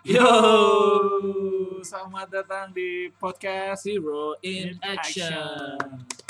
Yo, selamat datang di podcast Zero in In action.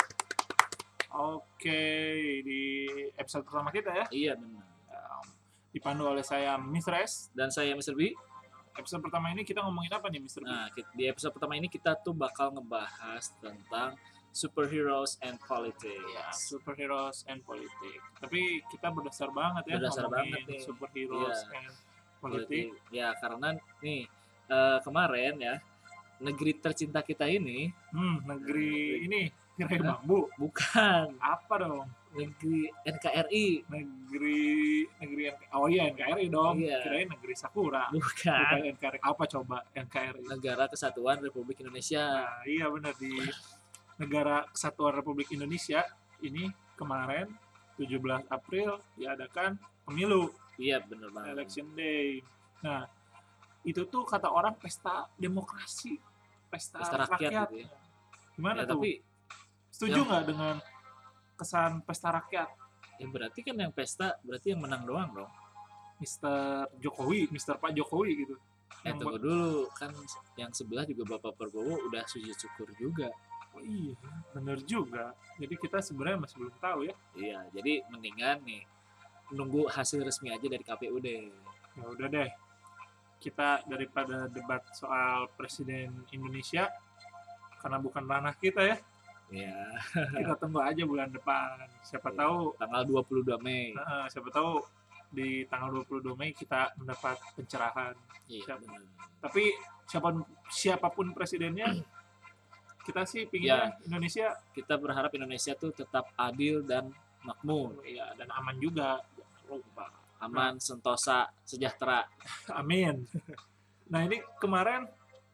Oke, di episode pertama kita ya, Iya benar. dipandu oleh saya Mr. S. Dan saya Mr. B. Episode pertama ini kita ngomongin apa nih Mr. B? Nah, di episode pertama ini kita tuh bakal ngebahas tentang superheroes and politics. Ya, superheroes and politics. Tapi kita berdasar banget ya Berdasar ngomongin banget nih. superheroes Iya. and politics. Ya, karena nih kemarin ya negeri tercinta kita ini Negeri ini tirai bambu. bukan Apa dong? negeri NKRI, Negeri oh iya NKRI dong. Iya. Kirain negeri Sakura. bukan Bukan NKRI. Apa coba NKRI? Negara Kesatuan Republik Indonesia. Nah, iya benar di Negara Kesatuan Republik Indonesia ini kemarin 17 April diadakan pemilu, Iya bener banget. election day. Nah, itu tuh kata orang pesta demokrasi, pesta rakyat. Gitu ya. Gimana Ya, tuh? tapi Setuju nggak dengan kesan pesta rakyat? ya berarti kan yang pesta berarti yang menang doang dong. Mr. Jokowi, Mr. Pak Jokowi gitu. Yang Tunggu dulu, kan yang sebelah juga Bapak Prabowo udah sujud syukur juga. Oh iya, bener juga. Jadi kita sebenarnya masih belum tahu ya. Iya, jadi mendingan nih nunggu hasil resmi aja dari KPU deh. Ya udah deh. Kita daripada debat soal presiden Indonesia karena bukan ranah kita ya. Iya. Kita tunggu aja bulan depan. Siapa Iya. tahu Tanggal 22 Mei. siapa tahu di tanggal 22 Mei kita mendapat pencerahan. Iya, Siapa? benar. Tapi siapapun presidennya kita sih pinginnya Indonesia Kita berharap Indonesia tuh tetap adil dan makmur, ya dan aman juga. Jangan lupa. aman, sentosa, sejahtera. Amin. Nah ini kemarin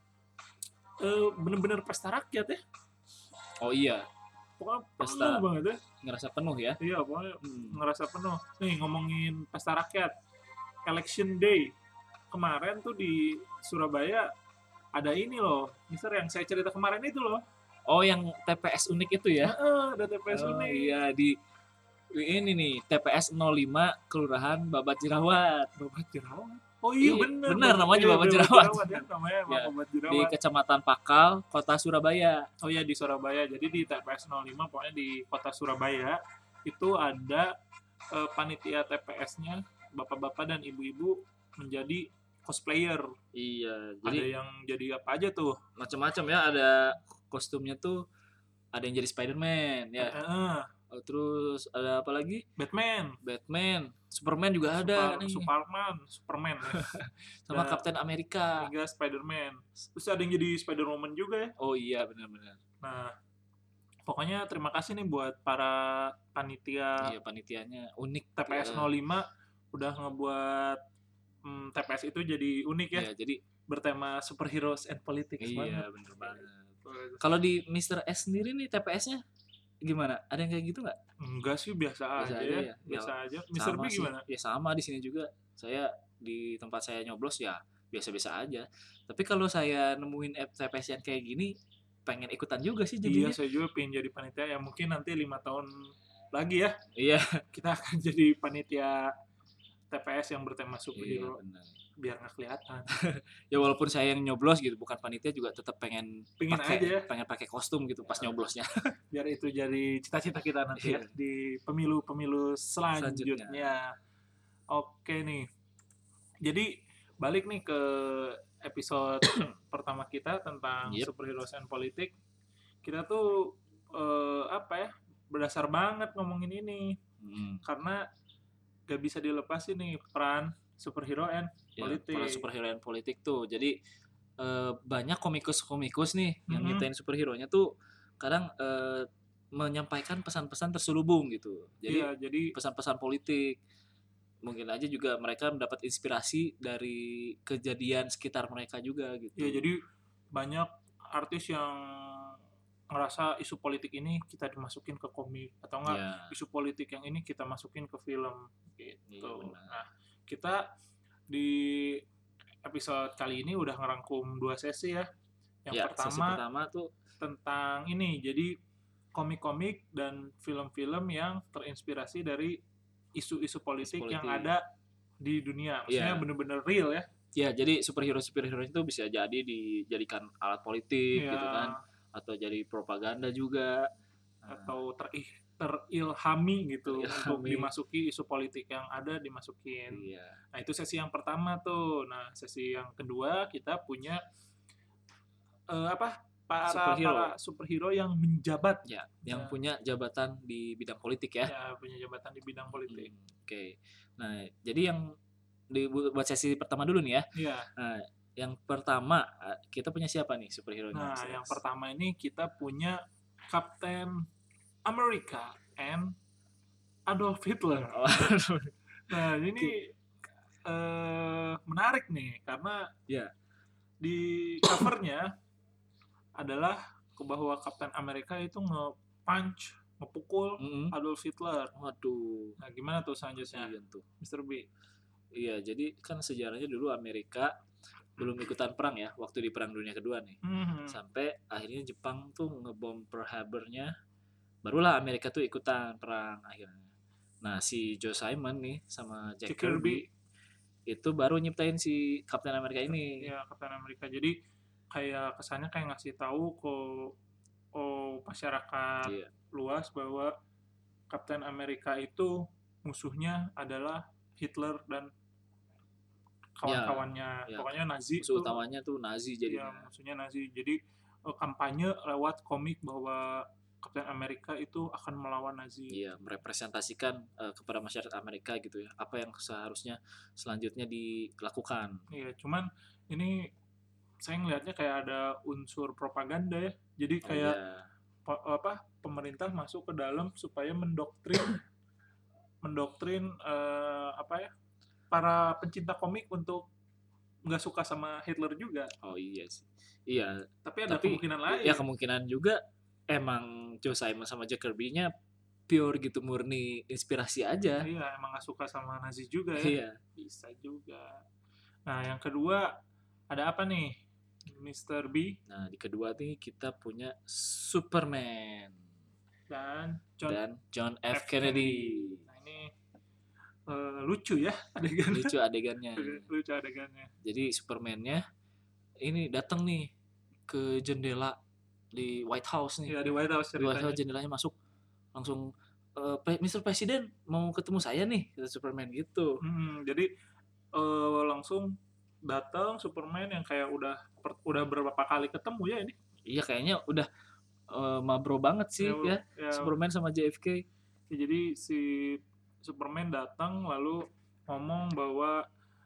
bener-bener pesta rakyat ya. Oh iya, Pokoknya Pesta. penuh banget ya. ngerasa penuh ya. Iya pokoknya Hmm. ngerasa penuh. Nih ngomongin pesta rakyat, election day kemarin tuh di Surabaya ada ini loh, Mister yang saya cerita kemarin itu loh. Oh, yang TPS unik itu ya? Ada TPS Oh, unik. iya, di ini nih TPS 05 Kelurahan Babat Jerawat. Babat Jerawat. Oh iya Iya, bener. bener, namanya Iya, Babat Jerawat. ya, namanya Ya, Babat Di Jerawat. Kecamatan Pakal, Kota Surabaya. Oh iya di Surabaya. Jadi di TPS 05 pokoknya di kota Surabaya itu ada panitia TPS-nya bapak-bapak dan ibu-ibu menjadi cosplayer. Iya, Ada jadi yang jadi apa aja tuh? macam-macam ya, ada kostumnya tuh, ada yang jadi Spider-Man ya. Terus ada apa lagi? Batman, Batman, Superman juga ada nih. Superman ya. Sama Dan Captain America. hingga Spider-Man. Terus ada yang jadi Spider-Woman juga ya. Oh iya, benar-benar. Nah, pokoknya terima kasih nih buat para panitia Iya, panitianya unik. TPS 05 udah ngebuat TPS itu jadi unik ya. Iya, jadi Bertema superheroes and politics banget. iya, bener banget. Kalau di Mr. S sendiri nih TPS-nya gimana? Ada yang kayak gitu nggak? Enggak sih, biasa aja ya. Biasa aja. Mr. Sama B sih. gimana? Ya sama di sini juga. Saya di tempat saya nyoblos ya biasa-biasa aja. Tapi kalau saya nemuin TPS yang kayak gini, pengen ikutan juga sih Iya, jadinya. saya juga pengen jadi panitia ya. Mungkin nanti 5 tahun lagi ya Iya. kita akan jadi panitia TPS yang bertema Iya, superhero. benar. Biar nggak kelihatan. Ya walaupun saya yang nyoblos gitu, bukan panitia juga tetap pengen Pengen aja. pengen pakai kostum gitu pas nyoblosnya. Biar itu jadi cita-cita kita nanti ya Iya. di pemilu-pemilu selanjutnya. Oke nih. Jadi balik nih ke episode pertama kita tentang Yep. superheroes and politik. Kita tuh apa ya? Berdasar banget ngomongin ini karena gak bisa dilepasin nih peran superhero and politik. Para superhero and politik tuh. Jadi banyak komikus nih yang nyiptain superhero-nya tuh kadang menyampaikan pesan-pesan terselubung gitu. Jadi Iya, jadi pesan-pesan politik. Mungkin aja juga mereka mendapat inspirasi dari kejadian sekitar mereka juga gitu. ya jadi banyak artis yang ngerasa isu politik ini kita dimasukin ke komik atau enggak Ya, isu politik yang ini kita masukin ke film gitu. iya, benar. Nah, kita di episode kali ini udah ngerangkum 2 sesi ya. Yang Ya, sesi pertama tuh tentang ini. Jadi komik-komik dan film-film yang terinspirasi dari isu-isu politik yang politik. ada di dunia. Maksudnya Iya. bener-bener real ya. Ya, jadi superhero itu bisa jadi dijadikan alat politik gitu kan, Ya, atau jadi propaganda juga. Nah, atau terilhami gitu untuk terilhami. dimasuki isu politik yang ada dimasukin. Iya. Nah, itu sesi yang pertama tuh. Nah, sesi yang kedua kita punya apa? Para Superhero. superhero yang menjabat. Ya, yang Ya, punya jabatan di bidang politik ya. ya punya jabatan di bidang politik. Oke. Nah, jadi yang buat sesi pertama dulu nih ya. Iya. Nah, yang pertama kita punya siapa nih superhero-nya, Nah, Mas yang Rex? pertama ini kita punya Captain America and Adolf Hitler. Oh, Nah, oke. ini menarik nih karena Ya. di covernya adalah bahwa Captain America itu nge-punch, ngepukul Mm-mm. Adolf Hitler. Waduh, Nah, gimana tuh selanjutnya, kasihan tuh. Mr. B? Iya, jadi kan sejarahnya dulu Amerika belum ikutan perang ya, waktu di Perang Dunia Kedua nih. Mhm. Sampai akhirnya Jepang tuh ngebom Pearl Harbor-nya, barulah Amerika tuh ikutan perang akhirnya. Nah, si Joe Simon nih sama Jack Kirby itu baru nyiptain si Captain America ini. Ya, Captain America. Jadi kayak kesannya kayak ngasih tahu ke masyarakat Iya. luas bahwa Captain America itu musuhnya adalah Hitler dan kawan-kawannya. Ya, Pokoknya Nazi musuh tuh, utamanya tuh Nazi ya jadinya. musuhnya Nazi. Jadi kampanye lewat komik bahwa Captain America itu akan melawan Nazi. Iya, merepresentasikan kepada masyarakat Amerika gitu ya, apa yang seharusnya selanjutnya dilakukan. Iya, cuman ini saya ngelihatnya kayak ada unsur propaganda ya. Jadi Oh kayak iya, pemerintah masuk ke dalam supaya mendoktrin apa ya, para pencinta komik untuk nggak suka sama Hitler juga. oh iya sih. Iya, Tapi ada tapi kemungkinan ya lain. kemungkinan juga emang Joe Simon sama Jack Kirby-nya pure gitu, murni inspirasi aja. Iya, emang nggak suka sama Nazi juga ya. Iya. Bisa juga. Nah, yang kedua ada apa nih, Mr. B Nah, di kedua nih kita punya Superman dan dan John F. F. Kennedy. Nah, ini lucu ya adegannya. Lucu adegannya. Lucu adegannya. Jadi Superman-nya ini datang nih ke jendela di White House nih. Ya, di White House Di White House ceritanya. jendelanya masuk langsung Mr. Presiden mau ketemu saya nih, kata Superman gitu. Jadi langsung datang Superman yang kayak udah berapa kali ketemu ya ini. Iya, kayaknya udah mabro banget Ya, sih ya ya, Superman sama JFK. ya, jadi si Superman datang lalu ngomong bahwa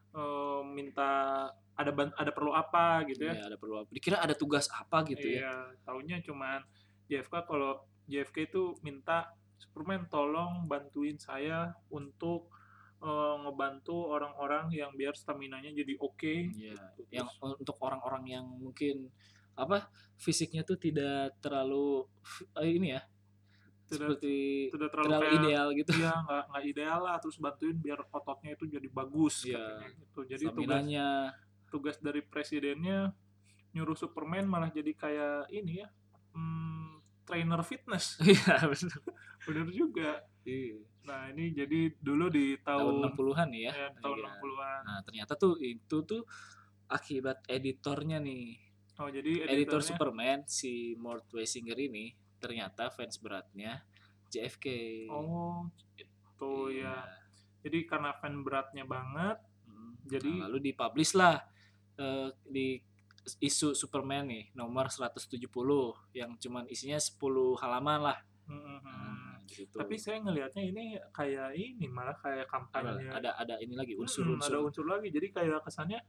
minta ada perlu apa gitu ya. Iya, ada perlu apa? Dikira ada tugas apa gitu ya. Iya, taunya cuman kalau JFK itu minta Superman tolong bantuin saya untuk ngebantu orang-orang yang biar stamina-nya jadi oke. Iya, Gitu. yang Terus untuk orang-orang yang mungkin apa fisiknya tuh tidak terlalu ini ya, tidak seperti tidak terlalu terlalu kayak ideal gitu. iya nggak ideal lah, terus bantuin biar ototnya itu jadi bagus Iya, katanya gitu. Jadi staminanya. tugas dari presidennya nyuruh Superman malah jadi kayak ini ya, trainer fitness. Iya, bener. Bener juga. Iya. Nah, ini jadi dulu di Tahun tahun 60-an ya. tahun Iya. 60-an. Nah, ternyata tuh itu tuh akibat editornya nih. Oh, jadi Editor editornya Superman si Mort Weisinger ini ternyata fans beratnya JFK. oh gitu Iya. ya. Jadi karena fan beratnya banget, jadi Nah, lalu dipublish lah di isu Superman nih nomor 170 yang cuman isinya 10 halaman lah. Nah, gitu. tapi saya ngelihatnya ini kayak ini malah kayak kampanye. Ada ini lagi Ada unsur-unsur. unsur lagi. Jadi kayak kesannya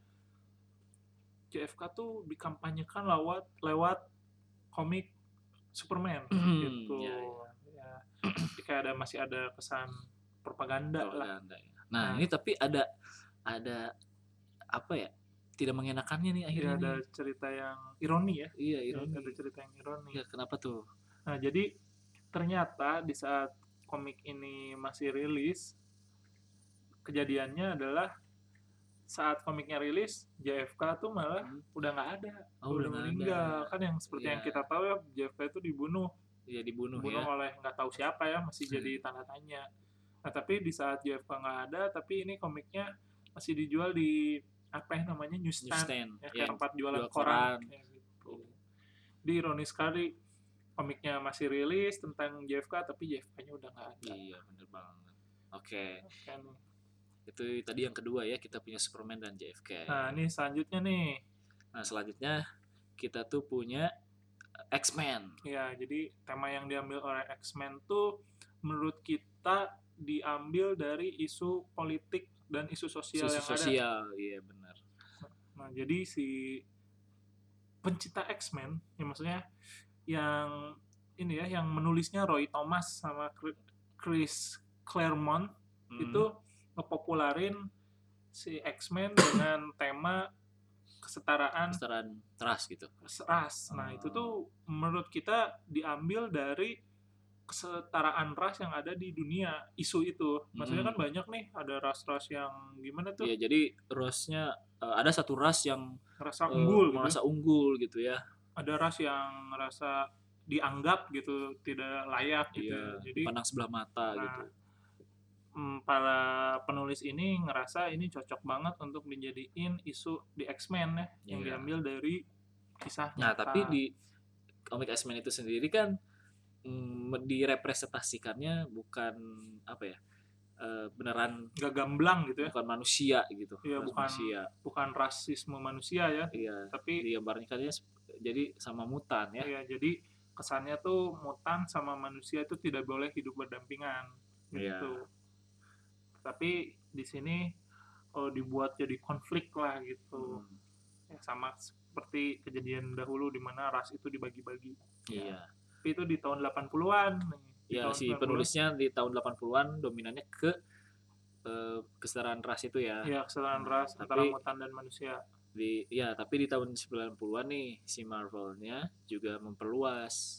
JFK tuh dikampanyekan lewat komik Superman gitu. Iya. Ya. Jadi kayak masih ada kesan propaganda lah. Propaganda ya. Nah, ini tapi ada apa ya? Tidak mengenakannya nih Ya, akhirnya ada nih. cerita yang ironi ya. Iya, ironi. Ada cerita yang ironi. Ya, kenapa tuh? Nah, jadi ternyata di saat komik ini masih rilis, kejadiannya adalah saat komiknya rilis, JFK tuh malah udah nggak ada, Oh, udah udah nggak meninggal. ada. Kan yang seperti yang Iya. kita tahu ya, JFK itu dibunuh Iya, dibunuh ya. oleh nggak tahu siapa ya, masih jadi tanda tanya. Nah, tapi di saat JFK nggak ada, tapi ini komiknya masih dijual di apa ya namanya, newsstand, Newsstand ya, kayak yang tempat jualan jual koran koran. kayak gitu. Jadi ironis sekali, komiknya masih rilis tentang JFK tapi JFK-nya udah nggak ada. Iya, bener banget. Oke. Oke nih. Itu tadi yang kedua ya, kita punya Superman dan JFK. Nah, ini selanjutnya nih. Nah, selanjutnya kita tuh punya X-Men. Ya, jadi tema yang diambil oleh X-Men tuh menurut kita diambil dari isu politik dan isu sosial Isu yang ada. sosial, iya benar. Nah, jadi si pencipta X-Men, ya maksudnya yang ini ya, yang menulisnya Roy Thomas sama Chris Claremont itu ngepopularin si X-Men dengan tema kesetaraan ras gitu. ras. Nah, itu tuh menurut kita diambil dari kesetaraan ras yang ada di dunia, isu itu. Maksudnya kan banyak nih, ada ras-ras yang gimana tuh? Iya, jadi rasnya ada satu ras yang Merasa unggul gitu. merasa unggul gitu ya. Ada ras yang merasa dianggap gitu tidak layak gitu. Iya, Jadi pandang sebelah mata gitu. Para penulis ini ngerasa ini cocok banget untuk dijadiin isu di X-Men ya, yang diambil dari kisah Nah, nyata. tapi di komik X-Men itu sendiri kan direpresentasikannya bukan apa ya, beneran nggak gamblang gitu ya, bukan manusia gitu. Iya, bukan rasisme manusia ya. Iya, tapi digambarkannya jadi sama mutan ya. Iya, jadi kesannya tuh mutan sama manusia itu tidak boleh hidup berdampingan gitu. Tapi di sini dibuat jadi konflik lah gitu. Ya, sama seperti kejadian dahulu di mana ras itu dibagi-bagi. Iya. Tapi itu di tahun 80-an. Ya, si penulisnya di tahun 80-an dominannya ke kesetaraan ras itu ya. Iya, kesetaraan ras antara mutan dan manusia. Tapi di tahun 90-an nih si Marvelnya juga memperluas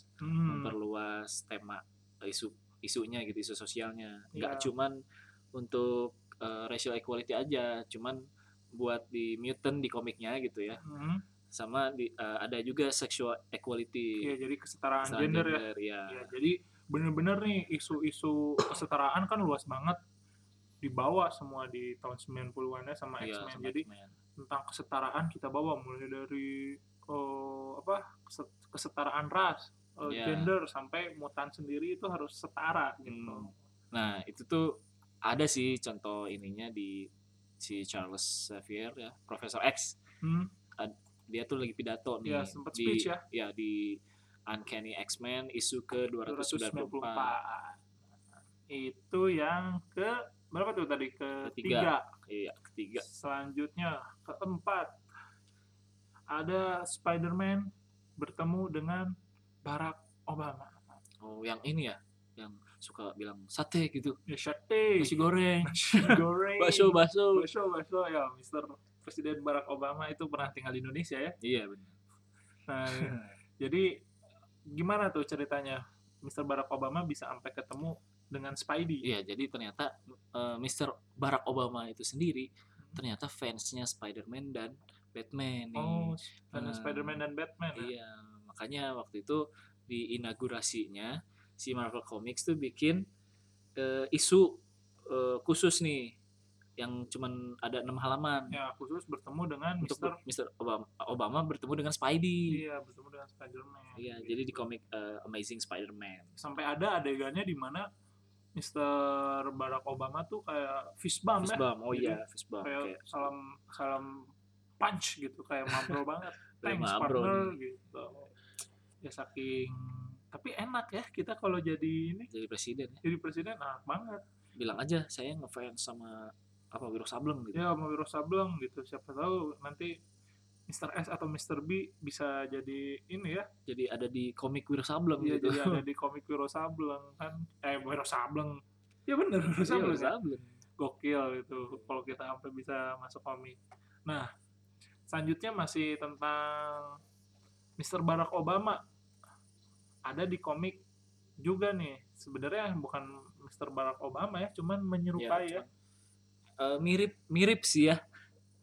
tema isunya gitu, isu sosialnya. Nggak cuman untuk racial equality aja, cuman buat di mutant di komiknya gitu ya. Sama ada juga sexual equality. Iya, jadi kesetaraan gender ya. Ya, jadi bener-bener nih isu-isu kesetaraan kan luas banget, dibawa semua di tahun 90-an ya sama X-Men. Jadi tentang kesetaraan kita bawa mulai dari kesetaraan ras, gender sampai mutan sendiri itu harus setara gitu. Nah, itu tuh ada sih contoh ininya di si Charles Xavier ya, Profesor X. Dia tuh lagi pidato nih speech di Uncanny X-Men isu ke 294. Itu yang ke berapa tuh tadi? Ketiga. Iya, ketiga. Selanjutnya keempat ada Spider-Man bertemu dengan Barack Obama. Oh, yang ini ya, yang suka bilang sate gitu. Ya, sate. Nasi goreng. Bakso ya, Mr. Presiden Barack Obama itu pernah tinggal di Indonesia ya? Iya, benar. Nah, jadi gimana tuh ceritanya Mr. Barack Obama bisa sampai ketemu dengan Spidey? Iya, jadi ternyata Mr. Barack Obama itu sendiri ternyata fansnya Spider-Man dan Batman nih. Oh, Spider-Man dan Batman. Iya, makanya waktu itu di inaugurasinya si Marvel Comics tuh bikin isu khusus nih yang cuman ada 6 halaman. Ya, khusus bertemu dengan Mr. Obama bertemu dengan Spidey. Iya, bertemu dengan Spider-Man. Iya, gitu. Jadi di komik Amazing Spider-Man. Sampai ada adegannya di mana Mr. Barack Obama tuh kayak fist bump ya. Oh iya, fist bump. Kayak salam punch gitu, kayak mabro banget. Thanks partner gitu. Ya saking, tapi enak ya kita kalau jadi presiden ya. Jadi presiden enak banget. Bilang aja saya ngefans sama Wiro Sableng gitu. Ya, sama Wiro Sableng gitu. Siapa tahu nanti Mr. S atau Mr. B bisa jadi ini ya. Jadi ada di komik Wiro Sableng gitu. Jadi ada di komik Wiro Sableng kan. Wiro Sableng. Ya bener, Wiro Sableng. Sableng. Gokil itu kalau kita sampai bisa masuk komik. Nah, selanjutnya masih tentang Mr. Barack Obama. Ada di komik juga nih. Sebenarnya bukan Mr. Barack Obama ya, cuman menyerupai ya. Mirip sih ya.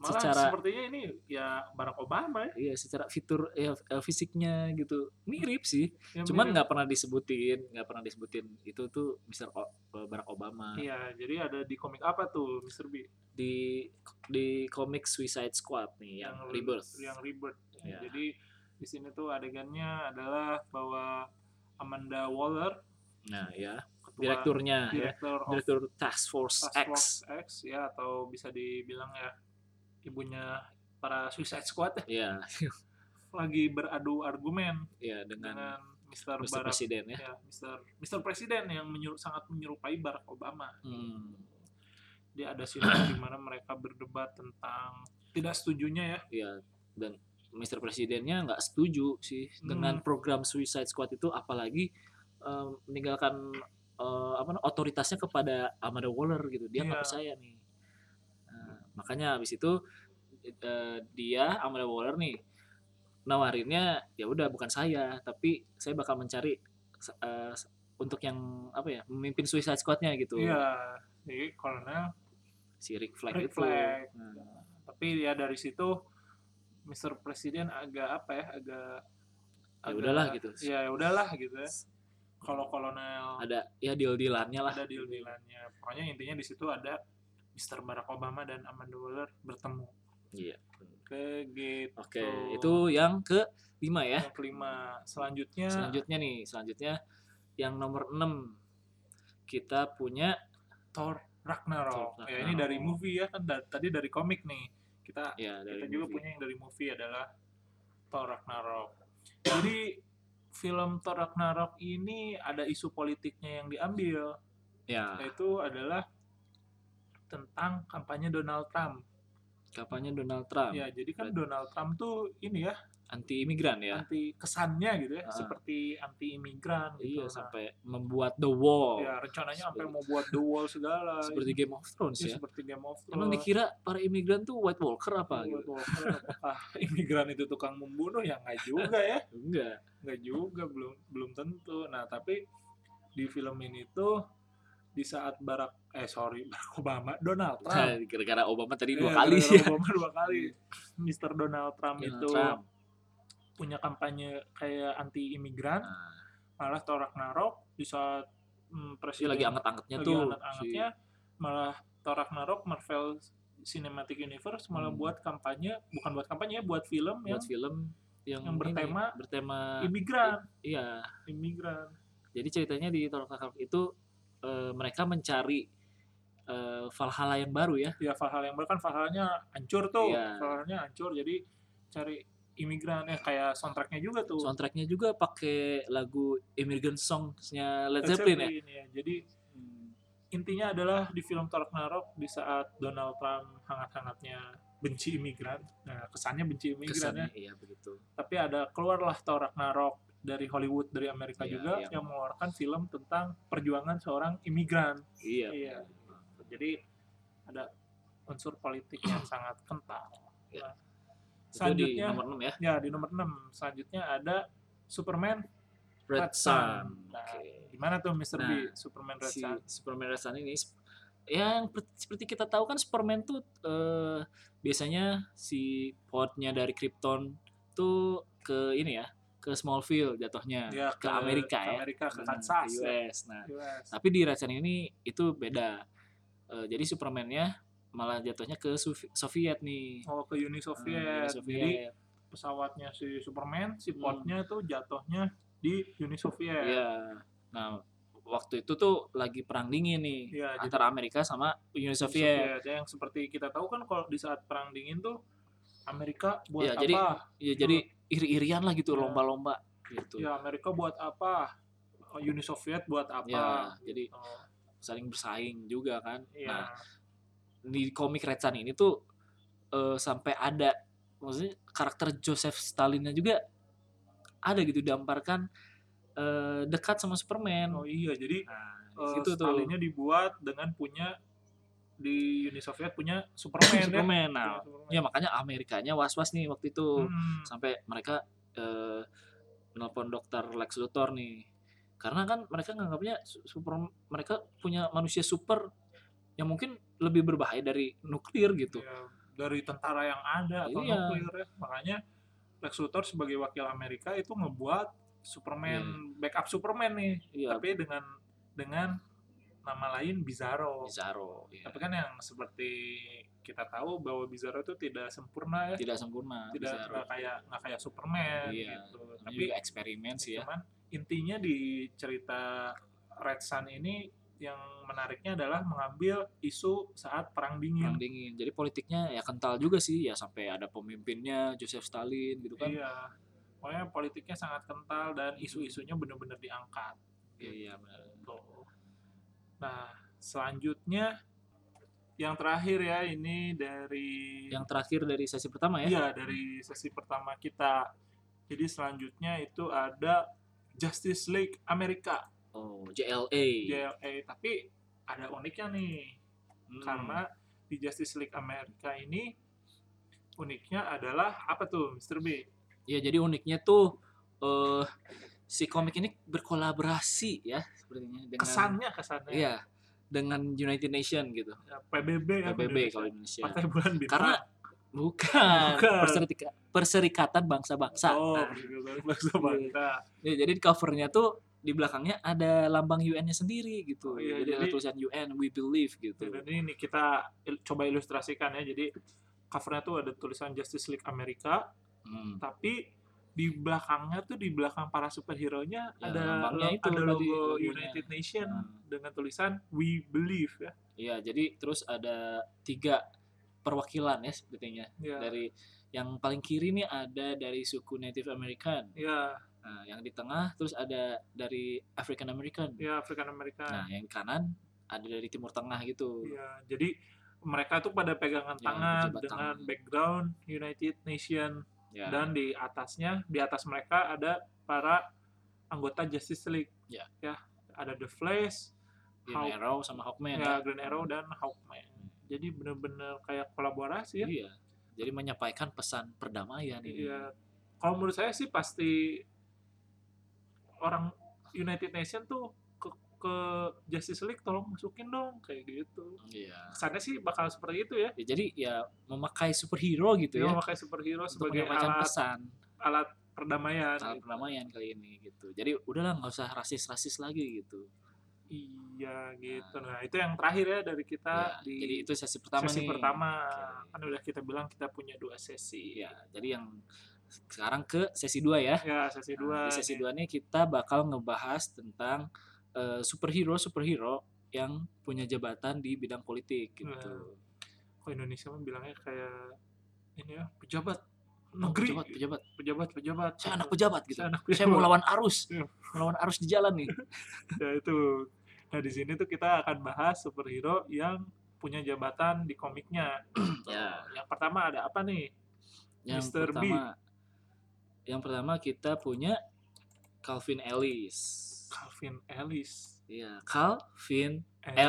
Malah secara sepertinya ini ya Barack Obama ya. iya secara fitur ya, fisiknya gitu mirip sih. Ya Cuman mirip. nggak pernah disebutin itu tuh Barack Obama. Iya, jadi ada di komik apa tuh Mr. B? Di komik Suicide Squad nih yang Rebirth. Yang Rebirth. Ya. Jadi di sini tuh adegannya adalah bahwa Amanda Waller, Nah, ya. ketua Direktur Task Force X. ya, atau bisa dibilang ya ibunya para Suicide Squad Ya, lagi beradu argumen ya dengan Mr. Mr. Barack, Presiden ya. Mr. Presiden yang sangat menyerupai Barack Obama. Dia ada scene di mana mereka berdebat tentang tidak setujunya ya. Iya, dan Mr. Presidennya nggak setuju sih dengan program Suicide Squad itu, apalagi meninggalkan otoritasnya kepada Amanda Waller gitu. Dia nggak percaya nih. Nah, makanya habis itu dia Amanda Waller nih nawarinnya ya udah bukan saya, tapi saya bakal mencari untuk yang memimpin Suicide Squad-nya gitu. Iya, jadi kolonel si Rick Flag itu. Nah, tapi ya dari situ Mr. Presiden agak ya udahlah gitu. Ya udahlah gitu ya. Kalau kolonel ada ya deal-dealannya lah. Ada deal-dealannya. Pokoknya intinya di situ ada Mr. Barack Obama dan Amanda Waller bertemu. Iya. Gitu. Oke, itu yang ke-5 ya. Yang kelima. Selanjutnya yang nomor 6 kita punya Thor Ragnarok. Ya ini dari movie ya kan, tadi dari komik nih. Kita juga punya yang dari movie adalah Thor Ragnarok. Jadi film Thor Ragnarok ini ada isu politiknya yang diambil. Ya. Yaitu adalah tentang kampanye Donald Trump. Ya, jadi kan Donald Trump tuh ini ya anti imigran ya. Anti kesannya gitu ya, seperti anti imigran gitu. Iya, sampai membuat The Wall. Ya, rencananya sampai mau buat The Wall segala. Seperti Game of Thrones ya. Seperti Game of Thrones. Emang dikira para imigran tuh White Walker apa gitu? White Walker apakah imigran itu tukang membunuh? Ya nggak juga ya. Nggak juga, belum tentu. Nah, tapi di film ini tuh di saat Barack Obama, Donald Trump. Gara-gara Obama tadi 2 kali sih. Obama 2 kali. Mr. Donald Trump itu punya kampanye kayak anti imigran. Malah Thor Ragnarok di saat presiden lagi anget-angetnya malah Thor Ragnarok Marvel Cinematic Universe malah buat kampanye, bukan buat kampanye ya, buat film yang bertema imigran. Iya, imigran. Jadi ceritanya di Thor Ragnarok itu mereka mencari Valhalla yang baru ya. Iya, Valhalla yang baru kan Valhalla-nya hancur tuh. Valhalla-nya hancur, jadi cari imigran kayak soundtracknya juga tuh. Soundtracknya juga pakai lagu Immigrant Songs-nya Led Zeppelin ya. Jadi intinya adalah di film Thor Ragnarok di saat Donald Trump hangat-hangatnya benci imigran. Nah, kesannya benci imigran ya. Iya, begitu. Tapi keluarlah Thor Ragnarok dari Hollywood, dari Amerika juga yang mengeluarkan film tentang perjuangan seorang imigran. Iya. Jadi ada unsur politik yang sangat kental. Nah, selanjutnya di nomor 6 ya. Ya, di nomor 6. Selanjutnya ada Superman Red Sun. Nah, gimana tuh Mr. B Superman Red Sun? Superman Red Sun ini yang seperti kita tahu kan Superman tuh biasanya si potnya dari Krypton tuh ke ini ya, ke Smallville jatuhnya, ke Amerika ya, ke Kansas, US. Nah, tapi di Red Sun ini itu beda. Jadi Superman-nya malah jatuhnya ke Soviet nih. Oh, ke Uni Soviet. Jadi pesawatnya si Superman, si potnya tuh jatuhnya di Uni Soviet. Iya. Nah, waktu itu tuh lagi perang dingin nih antara Amerika sama Uni Soviet. Yang seperti kita tahu kan kalau di saat perang dingin tuh Amerika buat apa? Jadi iri-irian lah gitu, lomba-lomba gitu. Ya, Amerika buat apa? Uni Soviet buat apa? Ya, jadi saling bersaing juga kan. Nah, di komik Red Sun ini tuh sampai ada maksudnya karakter Joseph Stalinnya juga ada gitu, digambarkan dekat sama Superman. Oh iya, jadi Stalinnya dibuat dengan punya di Uni Soviet punya Superman. Nah, ya makanya Amerikanya was-was nih waktu itu. Sampai mereka nelpon Dr. Lex Luthor nih. Karena kan mereka nganggapnya mereka punya manusia super yang mungkin lebih berbahaya dari nuklir gitu. Ya, dari tentara yang ada atau Iya. nuklir ya. Makanya Lex Luthor sebagai wakil Amerika itu ngebuat Superman, backup Superman nih, tapi dengan nama lain Bizarro. Iya. Tapi kan yang seperti kita tahu bahwa Bizarro itu tidak sempurna ya. Tidak sempurna. Nggak kayak Superman gitu. Tapi eksperimen sih ya. Cuman intinya di cerita Red Sun ini yang menariknya adalah mengambil isu saat Perang Dingin. Jadi politiknya ya kental juga sih ya, sampai ada pemimpinnya Joseph Stalin gitu kan. Iya. Pokoknya politiknya sangat kental dan isu-isunya benar-benar diangkat. Iya benar. Nah, selanjutnya yang terakhir ya, ini dari yang terakhir dari sesi pertama ya. Iya, dari sesi pertama kita. Jadi selanjutnya itu ada Justice League Amerika. Oh, JLA. Tapi ada uniknya nih. Karena di Justice League Amerika ini uniknya adalah apa tuh, Mr. B? Ya, jadi uniknya tuh si komik ini berkolaborasi ya sepertinya dengan kesannya. Iya, dengan United Nation gitu. Ya, PBB kalau Indonesia. Partai Bulan Bintang. Karena bukan. Perserikatan Bangsa-Bangsa. Bangsa-Bangsa. Ya, jadi di covernya tuh di belakangnya ada lambang UN-nya sendiri gitu. Jadi ada tulisan UN, we believe gitu. Dan ini kita coba ilustrasikan ya. Jadi covernya tuh ada tulisan Justice League Amerika, tapi di belakangnya tuh, di belakang para superhero-nya ya, ada logo United Nation dengan tulisan we believe ya. Iya, jadi terus ada 3 perwakilan ya sepertinya. Dari yang paling kiri nih ada dari suku Native American. Iya. Nah, yang di tengah terus ada dari African American. Iya, African American. Nah, yang kanan ada dari Timur Tengah gitu. Iya, jadi mereka tuh pada pegangan tangan dengan background United Nation. Ya. Dan di atas mereka ada para anggota Justice League. Ya, ada The Flash, Green Arrow sama Hawkman. Ya, Green Arrow dan Hawkman. Jadi benar-benar kayak kolaborasi ya. Iya. Jadi menyampaikan pesan perdamaian ini. Iya. Kalau menurut saya sih pasti orang United Nation tuh ke Justice League tolong masukin dong kayak gitu. Iya. Kesannya sih bakal seperti itu ya. Jadi ya memakai superhero gitu ya. Memakai superhero sebagai alat perdamaian. Alat perdamaian kali ini gitu. Jadi udahlah nggak usah rasis lagi gitu. Iya gitu. Nah, itu yang terakhir ya dari kita di jadi itu sesi pertama nih. Kan udah kita bilang kita punya 2 sesi. Ya, jadi yang sekarang ke sesi 2 ya. Ya, sesi 2. Di sesi 2 nih kita bakal ngebahas tentang superhero yang punya jabatan di bidang politik gitu. Kok Indonesia mah bilangnya kayak ini ya, pejabat negeri. Pejabat. Saya anak pejabat gitu. Saya mau lawan arus. Melawan arus di jalan nih. Ya itu. Nah, di sini tuh kita akan bahas superhero yang punya jabatan di komiknya. Ya. Yang pertama ada apa nih? Mr. B. Yang pertama kita punya Calvin Ellis. Iya, Calvin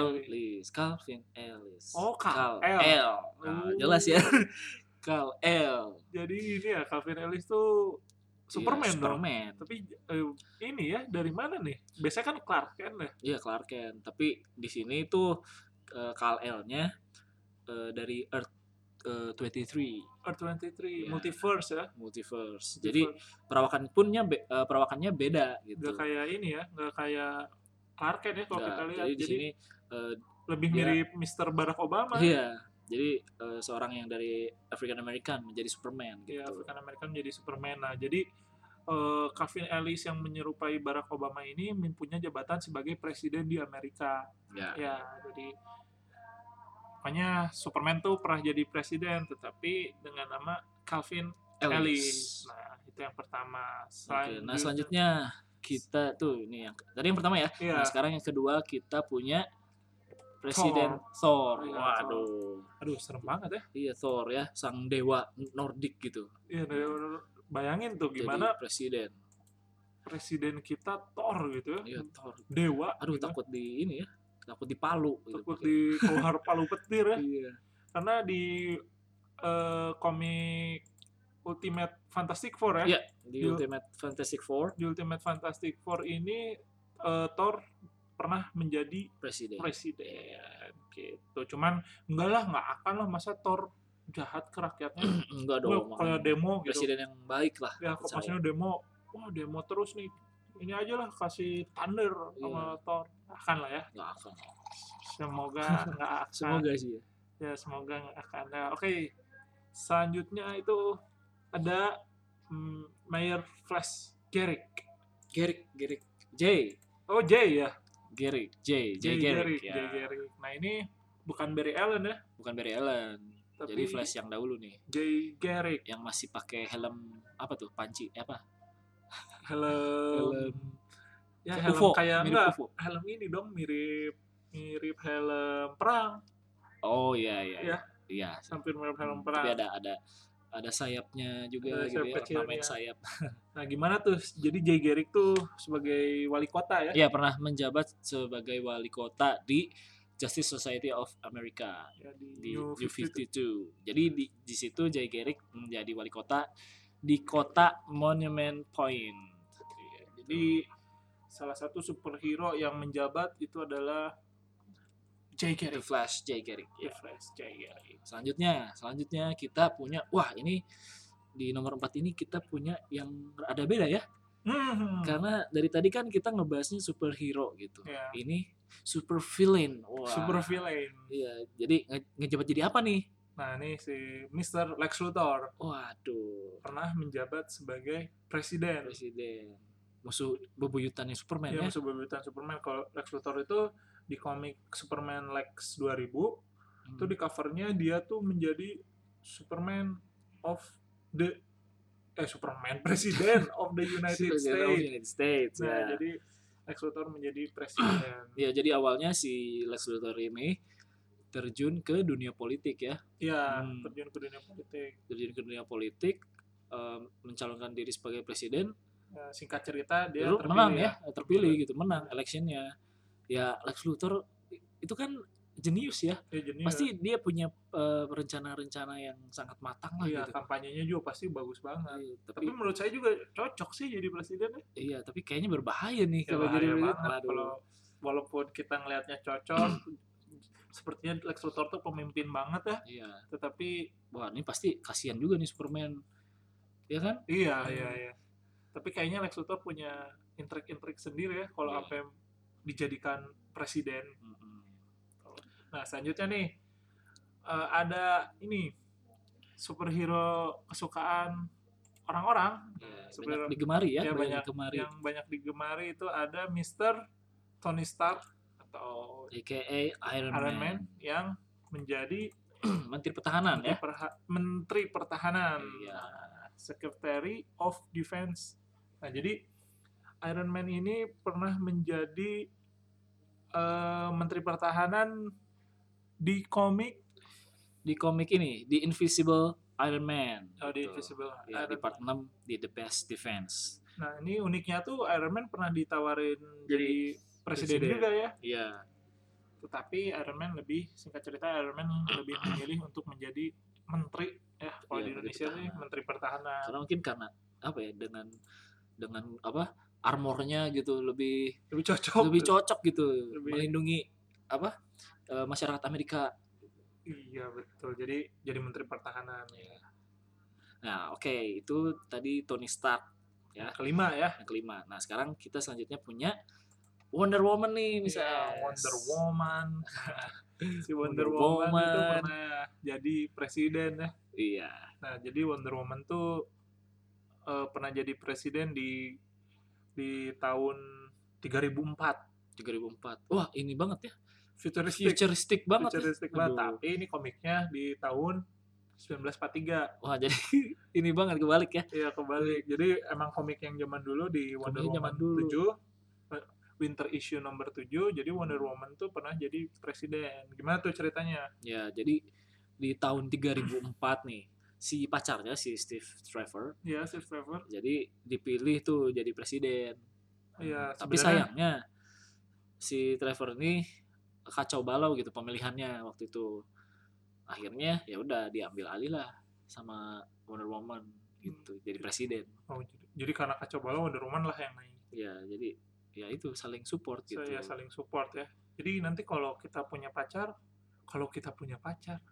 Ellis. Oh, Kal L. Nah, jelas ya. Kal L. Jadi ini ya, Calvin Ellis tuh Superman dong. Tapi ini ya dari mana nih? Biasanya kan Clark Kent ya. Iya, Clark Kent. Tapi di sini tuh Kal L-nya dari Earth 23. Ya. Multiverse. Jadi perawakannya beda gitu. Gak kayak ini ya, gak kayak Clark Kent ya kalau kita lihat. Jadi di sini lebih mirip Mr. Barack Obama. Iya. Jadi seorang yang dari African American menjadi Superman gitu. Iya, African American menjadi Superman. Nah, jadi Calvin Ellis yang menyerupai Barack Obama ini mempunyai jabatan sebagai presiden di Amerika. Ya, jadi makanya Superman tuh pernah jadi presiden, tetapi dengan nama Calvin Ellis. Nah, itu yang pertama. Nah, selanjutnya kita tuh ini tadi yang pertama ya. Nah, sekarang yang kedua kita punya Presiden Thor. Waduh, serem banget ya. Iya, Thor ya, sang dewa Nordik gitu. Iya, bayangin tuh gimana presiden kita Thor gitu ya. Iya, Thor. Dewa. Aduh, gitu. Takut dipalu. Takut dikohar palu petir ya. Iya. Karena di komik Ultimate Fantastic Four ya. Iya, di Ultimate Fantastic Four. Di Ultimate Fantastic Four ini Thor pernah menjadi presiden gitu. Cuman nggak akan lah masa Thor jahat ke rakyatnya. Enggak Gue dong, kayak makanya demo gitu. presiden yang baik lah. Ya Percaya. maksudnya demo, wah demo terus nih. Ini aja lah kasih thunder sama Iya, Thor. Akan lah ya. nggak akan. Semoga nggak akan. Semoga sih ya. Ya semoga nggak akan. Nah, oke. Selanjutnya itu ada Mayor Flash Garrick. Garrick J. Oh Jay ya. Garrick J Garrick ya. Jay Garrick. Nah ini bukan Barry Allen ya. Bukan Barry Allen. Tapi Jadi Flash yang dahulu nih. Jay Garrick. Yang masih pakai helm apa tuh? Panci apa? Helm. Ya helm UFO, kayak mirip enggak. UFO. Helm ini dong mirip helm perang. Oh iya. Iya. Hampir mirip helm perang. Tapi ada sayapnya juga Ada gitu sayap ya, kecilnya. ornamen sayap. Nah, gimana tuh? Jadi Jay Garrick tuh sebagai wali kota ya? Iya, pernah menjabat sebagai wali kota di Justice Society of America Ya, di New 52. Jadi di situ Jay Garrick menjadi wali kota di kota Monument Point. Iya, jadi salah satu superhero yang menjabat itu adalah Jay The Garrick. Flash Jay Garrick. The Ya. Flash Jay Garrick. Selanjutnya kita punya, wah ini di nomor 4 ini kita punya yang ada beda ya. Karena dari tadi kan kita ngebahasnya superhero gitu. Ya. Ini super villain. Wah. Super villain. Iya, jadi ngejabat jadi apa nih? Nah, ini si Mr. Lex Luthor Waduh, pernah menjabat sebagai presiden. Musuh bebuyutannya Superman Ya, ya. musuh bebuyutan Superman. Kalau Lex Luthor itu di komik Superman Lex 2000 itu di covernya dia tuh menjadi Superman of the Superman President of the United States. Nah, ya. jadi Lex Luthor menjadi presiden. Ya, jadi awalnya si Lex Luthor ini terjun ke dunia politik ya. Iya, terjun ke dunia politik. Mencalonkan diri sebagai presiden. Singkat cerita dia terpilih gitu, menang electionnya. Ya Lex Luthor itu kan jenius ya. Pasti dia punya rencana-rencana yang sangat matang lah gitu. Kampanyenya juga pasti bagus banget. Tapi menurut saya juga cocok sih jadi presiden ya. Iya, tapi kayaknya berbahaya nih kalau jadi kalau walaupun kita ngelihatnya cocok sepertinya Lex Luthor tuh pemimpin banget ya. Iya. Tetapi wah, ini pasti kasihan juga nih Superman. Ya kan? Iya. Tapi kayaknya Lex Luthor punya intrik-intrik sendiri ya kalau apa yang dijadikan presiden. Nah, selanjutnya nih ada ini superhero kesukaan orang-orang. Banyak digemari ya. Yang banyak digemari itu ada Mr. Tony Stark atau aka Iron Man yang menjadi Menteri Pertahanan ya. Menteri Pertahanan. Iya. Secretary of Defense. Nah, jadi Iron Man ini pernah menjadi Menteri Pertahanan di komik ini, di Invisible Iron Man. Di Invisible ya, di part 6 di The Best Defense. Nah, ini uniknya tuh Iron Man pernah ditawarin jadi presiden juga ya. Iya. Tetapi Iron Man singkat cerita Iron Man lebih memilih untuk menjadi menteri ya. Kalau di Indonesia sih Menteri Pertahanan. Karena mungkin apa ya, dengan apa armornya gitu lebih cocok gitu, melindungi masyarakat Amerika. Iya betul, jadi Menteri Pertahanan ya. Nah oke, itu tadi Tony Stark ya. Yang kelima. Nah sekarang kita selanjutnya punya Wonder Woman nih misalnya. Wonder Woman. Si Wonder Woman itu pernah jadi presiden ya. Iya. Nah jadi Wonder Woman tuh pernah jadi presiden di tahun 3004. Wah ini banget ya. Futuristik banget. Tapi ini komiknya di tahun 1943. Wah jadi ini banget kebalik ya. Iya kebalik. Jadi emang komik yang zaman dulu di Wonder Woman 7 Winter issue nomor 7. Jadi Wonder Woman tuh pernah jadi presiden. Gimana tuh ceritanya? Ya jadi di tahun 3004 nih si pacarnya si Steve Trevor. Iya Steve Trevor. Jadi dipilih tuh jadi presiden. Iya. Tapi sayangnya si Trevor ini kacau balau gitu pemilihannya waktu itu. Akhirnya ya udah diambil alih lah sama Wonder Woman gitu jadi presiden. Oh, jadi karena kacau balau Wonder Woman lah yang naik. Ya jadi ya itu saling support gitu. Saling support ya. Jadi nanti kalau kita punya pacar berarti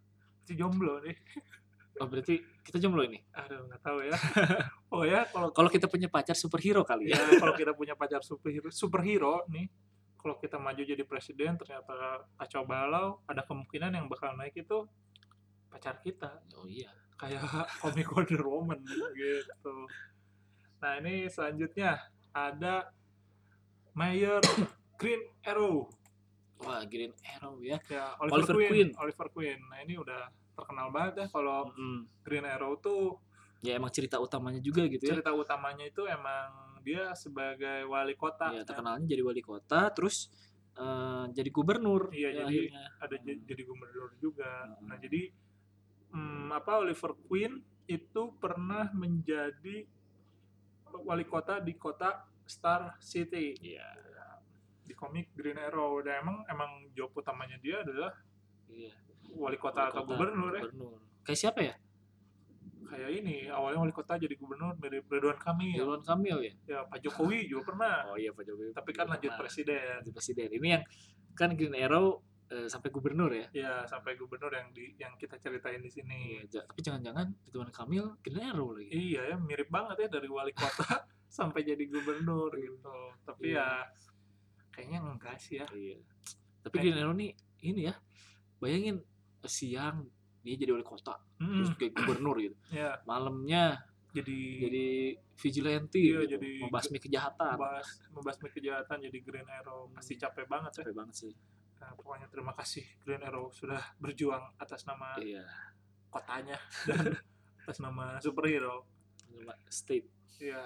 Berarti jomblo nih. Oh berarti kita jomblo ini. Aduh, nggak tahu ya. Oh ya, Kalau kita punya pacar superhero kali ya. ya kalau kita punya pacar superhero nih, kalau kita maju jadi presiden ternyata kacau balau, ada kemungkinan yang bakal naik itu pacar kita. Oh iya. Kayak komik Wonder Woman gitu. Nah ini selanjutnya ada Mayor Green Arrow. Wah, Green Arrow ya. Ya, Oliver Queen. Oliver Queen. Nah ini udah terkenal banget ya kalau Green Arrow tuh. Ya emang cerita utamanya juga gitu ya. Cerita utamanya itu emang dia sebagai wali kota. Ya, terkenalnya jadi wali kota, terus jadi gubernur. Iya, ya, jadi akhirnya. ada jadi gubernur juga. Nah jadi Oliver Queen itu pernah menjadi wali kota di kota Star City. Iya. Di komik Green Arrow. Dan emang job utamanya dia adalah wali kota atau gubernur ya. Kayak siapa ya? Kayak ini, awalnya wali kota jadi gubernur mirip Ridwan Kamil. Ridwan Kamil ya? Ya, Pak Jokowi juga pernah. Oh iya, Pak Jokowi. Tapi kan lanjut presiden. Ini yang kan Green Arrow sampai gubernur ya? Ya, sampai gubernur yang kita ceritain di sini. Iya, tapi jangan-jangan Ridwan Kamil Green Arrow lagi. Iya ya, mirip banget ya dari wali kota sampai jadi gubernur gitu. Tapi ya kayaknya enggak sih ya. Iya. Tapi Green Arrow nih ini ya. Bayangin siang dia jadi wali kota, terus kayak gubernur gitu. Yeah. Malamnya jadi vigilante, gitu. Jadi membasmi kejahatan. Membasmi kejahatan jadi Green Arrow. Pasti capek banget. Capek banget sih. Nah, pokoknya terima kasih Green Arrow sudah berjuang atas nama kotanya dan atas nama superhero. State. Iya.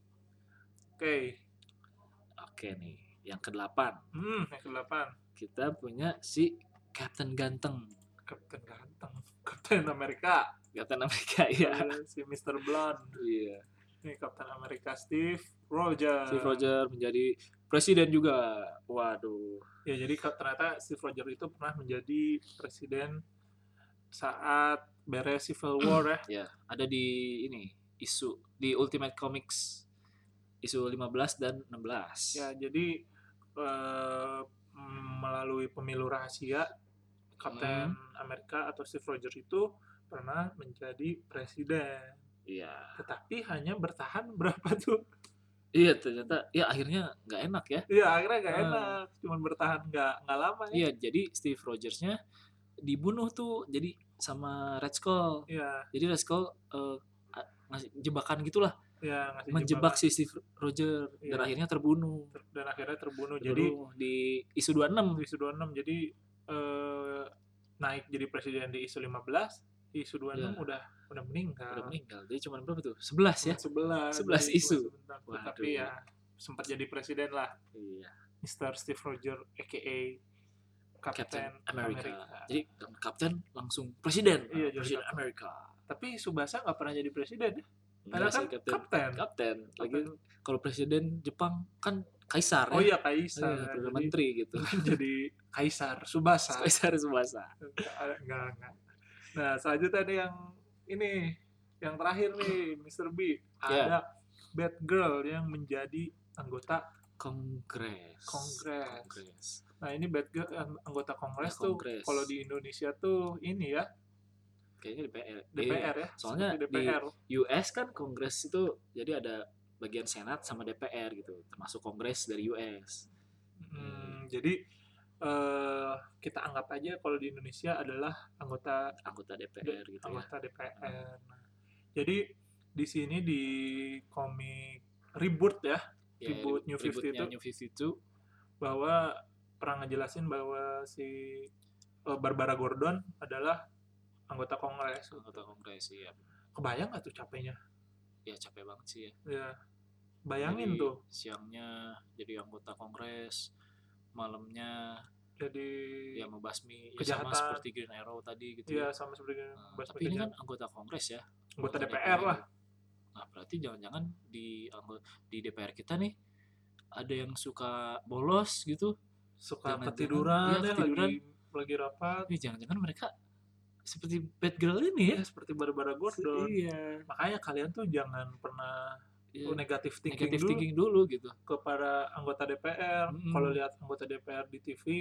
Oke nih, yang ke-8. Yang ke-8. Kita punya si Captain Ganteng. Captain Amerika. Captain Amerika ya. Si Mr. Blonde. Iya. Ini Captain Amerika Steve Rogers. Steve Rogers menjadi presiden juga. Waduh. Ya jadi ternyata Steve Rogers itu pernah menjadi presiden saat beres Civil War ya. Ya, ada di ini isu di Ultimate Comics isu 15 dan 16. Ya, jadi melalui pemilu rahasia Captain Amerika atau Steve Rogers itu pernah menjadi presiden. Iya. Tetapi hanya bertahan berapa tuh? Iya, ternyata ya akhirnya nggak enak ya. Iya, akhirnya nggak enak. Cuman bertahan nggak lama ya. Iya, jadi Steve Rogers-nya dibunuh tuh jadi sama Red Skull. Iya. Jadi Red Skull ngasih jebakan gitulah. Ya, menjebak si Steve Rogers dan akhirnya terbunuh. Jadi di isu 26. Jadi naik jadi presiden di isu 15, di isu 26 udah meninggal. Jadi cuma berapa tuh? 11 ya? 11 isu. Tapi ya sempat jadi presiden lah. Iya. Mr. Steve Rogers aka Captain America. Jadi Captain langsung presiden. Iya, presiden Amerika. Tapi Tsubasa nggak pernah jadi presiden ya? Padahal kan Kapten. Lagi kalau presiden Jepang kan kaisar. Oh iya, kaisar. Perdana menteri gitu. Jadi kaisar Tsubasa. Enggak. Nah, selanjutnya nih yang terakhir nih, Mr. B. Ada Batgirl yang menjadi anggota Kongres. Nah, ini Batgirl anggota Kongres tuh kalau di Indonesia tuh ini ya. Kayaknya DPR ya. Soalnya DPR. Di US kan Kongres itu jadi ada bagian Senat sama DPR gitu, termasuk Kongres dari US. Jadi kita anggap aja kalau di Indonesia adalah anggota DPR gitu. Anggota DPR. Nah, jadi di sini di komik Reboot ya, Reboot New 52 bahwa pernah ngejelasin bahwa si Barbara Gordon adalah anggota Kongres, iya. Kebayang nggak tuh capeknya? Ya capek banget sih ya. Ya, bayangin jadi, tuh. Siangnya jadi anggota Kongres, malamnya jadi membasmi kejahatan. Sama seperti Green Arrow tadi gitu. Iya, sama seperti tapi ini kan anggota Kongres ya. Anggota DPR lah. Nah, berarti jangan-jangan di DPR kita nih ada yang suka bolos gitu, suka ketiduran, lagi rapat. Jangan-jangan mereka seperti Batgirl ini ya, seperti Barbara Gordon. Iya. Makanya kalian tuh jangan pernah negatif thinking dulu gitu kepada anggota DPR. Kalau lihat anggota DPR di TV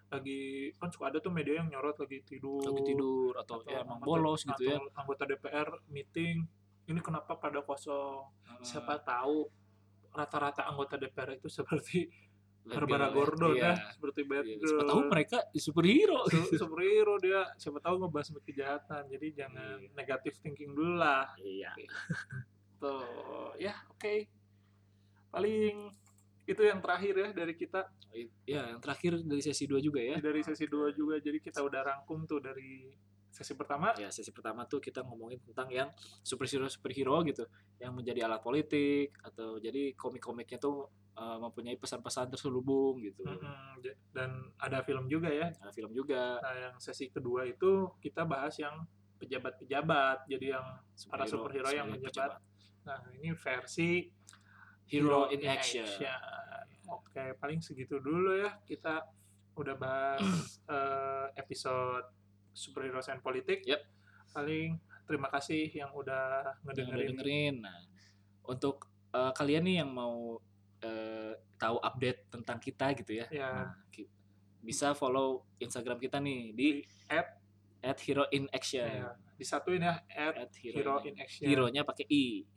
lagi kan suka ada tuh media yang nyorot lagi tidur atau ya emang bolos gitu ya. atau anggota DPR meeting, ini kenapa pada kosong. Siapa tahu rata-rata anggota DPR itu seperti Barbara Gordon iya. seperti Batgirl. Siapa tahu mereka superhero. Superhero dia, siapa tahu ngebahas kejahatan. Jadi jangan negative thinking dulu lah. Iya. Tuh, ya oke. Paling itu yang terakhir ya dari kita. Ya, yang terakhir dari sesi 2 juga ya. Dari sesi 2 juga. Jadi kita udah rangkum tuh dari sesi pertama. Ya, sesi pertama tuh kita ngomongin tentang yang superhero gitu, yang menjadi alat politik atau jadi komik-komiknya tuh mempunyai pesan-pesan terselubung gitu. Dan ada film juga ya. Ada film juga. Nah, yang sesi kedua itu kita bahas yang pejabat-pejabat. Jadi yang para superhero yang menjabat. Nah, ini versi Hero in Action. Oke, paling segitu dulu ya. Kita udah bahas episode Superhero and Politik. Yep. Paling terima kasih yang udah ngedengerin. Nah, untuk kalian nih yang mau tahu update tentang kita gitu ya. Nah, bisa follow Instagram kita nih di @heroinaction. Ya, disatuin ya @heroinaction. Hero-nya pakai I.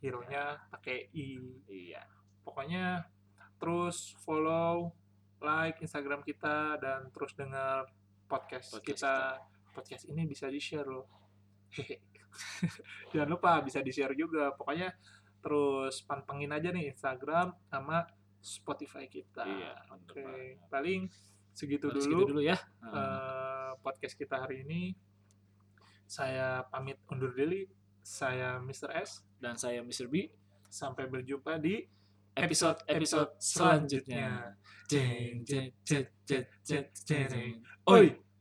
Iya. Pokoknya terus follow, like Instagram kita dan terus dengar podcast kita. Podcast ini bisa di-share loh. Jangan lupa bisa di-share juga. Pokoknya terus pantengin aja nih Instagram sama Spotify kita. Iya, Oke. Paling segitu dulu ya. Podcast kita hari ini. Saya pamit undur diri. Saya Mr. S dan saya Mr. B. Sampai berjumpa di episode selanjutnya. Oi.